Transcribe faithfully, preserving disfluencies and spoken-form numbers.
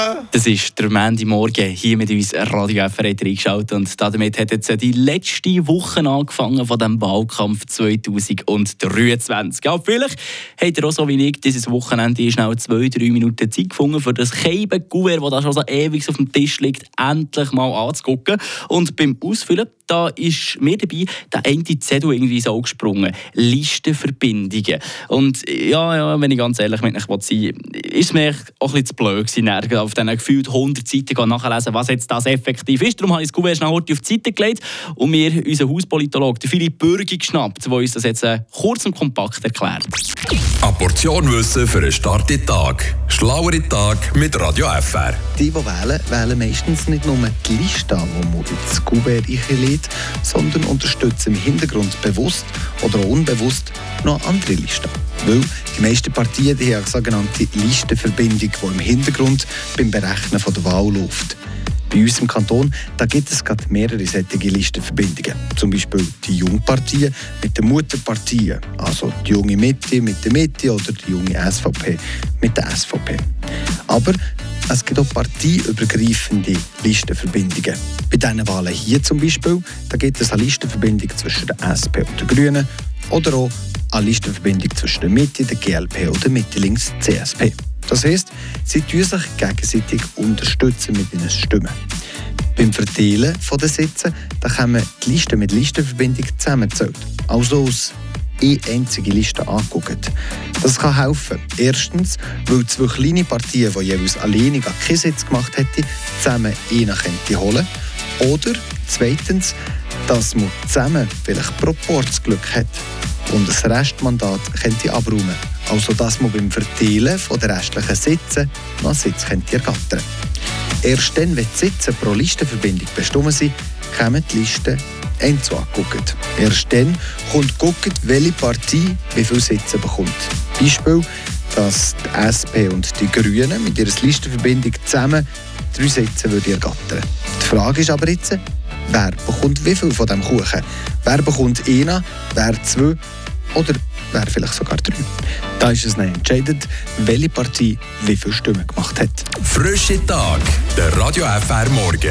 Das ist der Montagmorgen hier mit uns Radio F R eingeschaltet und damit hat jetzt die letzte Woche angefangen von diesem Wahlkampf zwanzig dreiundzwanzig. Ja, vielleicht habt ihr auch so wie ich dieses Wochenende schnell zwei, drei Minuten Zeit gefunden, für das Keiben-Kuvert, das da schon so ewig auf dem Tisch liegt, endlich mal anzugucken. Und beim Ausfüllen, da ist mir dabei der eine Zettel irgendwie so gesprungen. Listenverbindungen. Und ja, ja, wenn ich ganz ehrlich mit euch sein will, ist es mir auch ein bisschen zu blöd gewesen, auf diesen gefühlt hundert Seiten nachlesen, was jetzt das effektiv ist. Darum habe ich das Kuvert schnell auf die Seite gelegt und mir unseren Hauspolitologen Philipp Bürgi geschnappt, der uns das jetzt kurz und kompakt erklärt. Eine Portion Wissen für einen starken Tag. Schlauere Tag mit Radio F R. Die, die wählen, wählen meistens nicht nur die Liste an, die man ins Kuvert einlegt, sondern unterstützen im Hintergrund bewusst oder auch unbewusst noch andere Listen. Weil die meisten Partien die haben eine sogenannte Listenverbindung, die im Hintergrund beim Berechnen von der Wahl läuft. Bei uns im Kanton da gibt es gerade mehrere solche Listenverbindungen. Zum Beispiel die Jungpartien mit den Mutterpartien, also die junge Mitte mit der Mitte oder die junge S V P mit der S V P. Aber es gibt auch parteiübergreifende Listenverbindungen. Bei diesen Wahlen hier zum Beispiel, da gibt es eine Listenverbindung zwischen der S P und den Grünen oder auch eine Listenverbindung zwischen der Mitte, der G L P und der Mitte-Links C S P. Das heisst, sie unterstützen sich gegenseitig unterstützen mit ihren Stimmen. Beim Verteilen der Sitze da kommen die Listen mit Listenverbindung zusammengezählt, also aus eine einzige Liste angeguckt. Das kann helfen. Erstens, weil zwei kleine Partien, die jeweils alleine gar keinen Sitz gemacht hätten, zusammen einen könnte holen. Oder zweitens, dass man zusammen vielleicht Proporzglück hat und das Restmandat könnte abräumen. Also dass man beim Verteilen der restlichen Sitze noch einen Sitz könnte ergattern. Erst dann, wenn die Sitze pro Listenverbindung bestimmt sind, kommen die Listen einzeln angeguckt. Erst dann kommt geguckt, welche Partei wie viele Sitze bekommt. Beispiel, dass die S P und die Grünen mit ihrer Listenverbindung zusammen drei Sitze würde ergattern. Die Frage ist aber jetzt, wer bekommt wie viel von diesem Kuchen? Wer bekommt einen, wer zwei oder wer vielleicht sogar drei? Da ist es dann entscheidend, welche Partei wie viele Stimmen gemacht hat. Frische Tag, der Radio F R Morgen.